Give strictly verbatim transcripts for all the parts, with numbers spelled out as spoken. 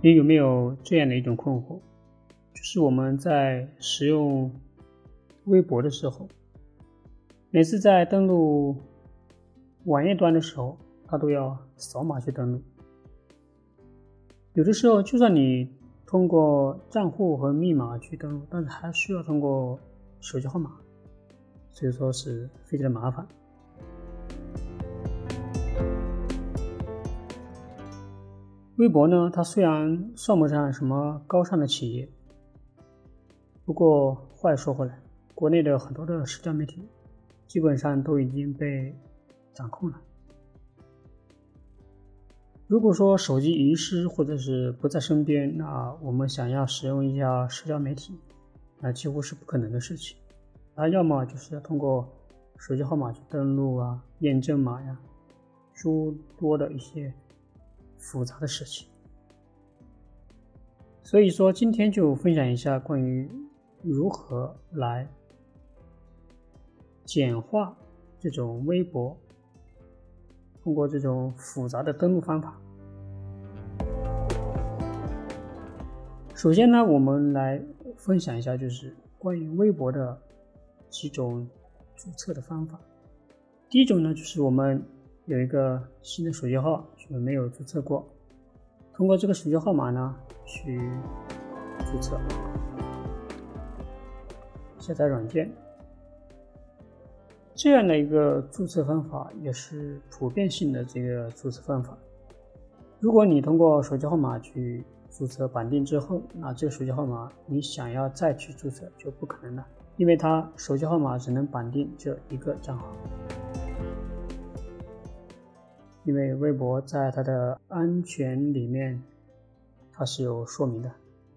你有没有这样的一种困惑，就是我们在使用微博的时候，每次在登录网页端的时候，它都要扫码去登录。有的时候就算你通过账户和密码去登录，但是还需要通过手机号码，所以说是非常的麻烦。微博呢，它虽然算不上什么高尚的企业，不过话又说回来，国内的很多的社交媒体基本上都已经被掌控了。如果说手机遗失或者是不在身边，那我们想要使用一下社交媒体，那几乎是不可能的事情。那要么就是要通过手机号码去登录啊、验证码呀，诸多的一些复杂的事情。所以说今天就分享一下关于如何来简化这种微博通过这种复杂的登录方法。首先呢，我们来分享一下就是关于微博的几种注册的方法。第一种呢，就是我们有一个新的手机号却没有注册过，通过这个手机号码呢去注册，下载软件。这样的一个注册方法也是普遍性的这个注册方法。如果你通过手机号码去注册绑定之后，那这个手机号码你想要再去注册就不可能了，因为它手机号码只能绑定这一个账号。因为微博在它的安全里面它是有说明的。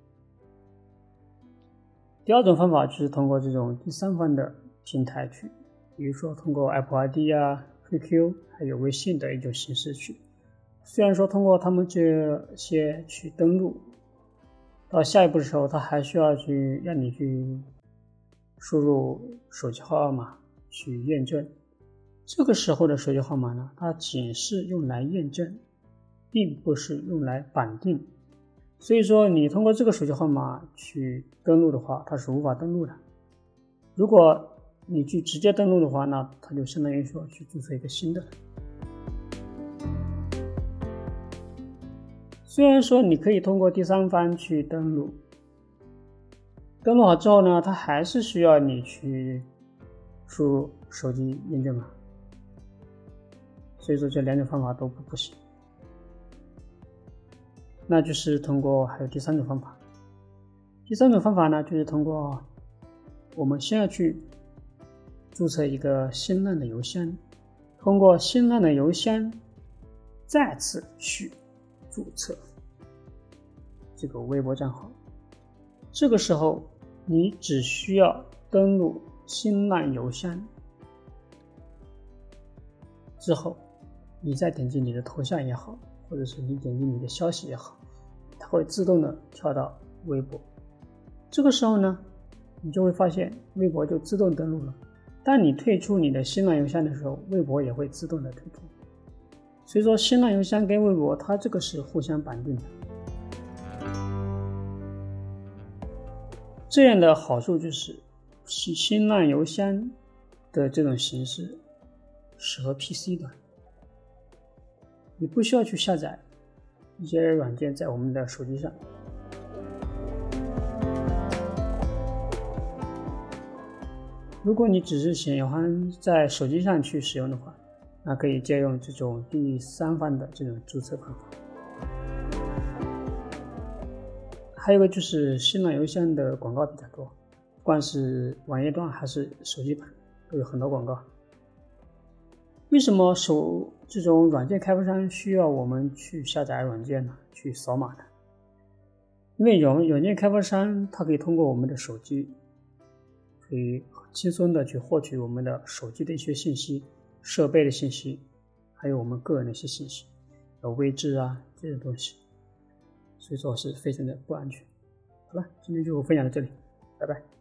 第二种方法就是通过这种第三方的平台去，比如说通过 Apple I D 啊、Q Q 还有微信的一种形式去。虽然说通过他们这些去登录，到下一步的时候他还需要去让你去输入手机号码去验证。这个时候的手机号码呢，它仅是用来验证，并不是用来绑定。所以说你通过这个手机号码去登录的话，它是无法登录的。如果你去直接登录的话，那它就相当于说去注册一个新的。虽然说你可以通过第三方去登录，登录好之后呢，它还是需要你去输入手机验证码。所以说这两种方法都不不行。那就是通过还有第三种方法。第三种方法呢，就是通过我们先要去注册一个新浪的邮箱，通过新浪的邮箱再次去注册这个微博账号。这个时候你只需要登录新浪邮箱之后，你再点击你的头像也好，或者是你点击你的消息也好，它会自动的跳到微博。这个时候呢，你就会发现微博就自动登录了。当你退出你的新浪邮箱的时候，微博也会自动的退出。所以说新浪邮箱跟微博它这个是互相绑定的。这样的好处就是新浪邮箱的这种形式适合 P C 端，你不需要去下载一些软件在我们的手机上。如果你只是喜欢在手机上去使用的话，那可以借用这种第三方的这种注册方法。还有一个就是新浪邮箱的广告比较多，不管是网页端还是手机版都有很多广告。为什么手这种软件开发商需要我们去下载软件呢？去扫码呢？因为软软件开发商它可以通过我们的手机，可以很轻松的去获取我们的手机的一些信息、设备的信息，还有我们个人的一些信息，有位置啊这些东西，所以说是非常的不安全。好了，今天就分享到这里，拜拜。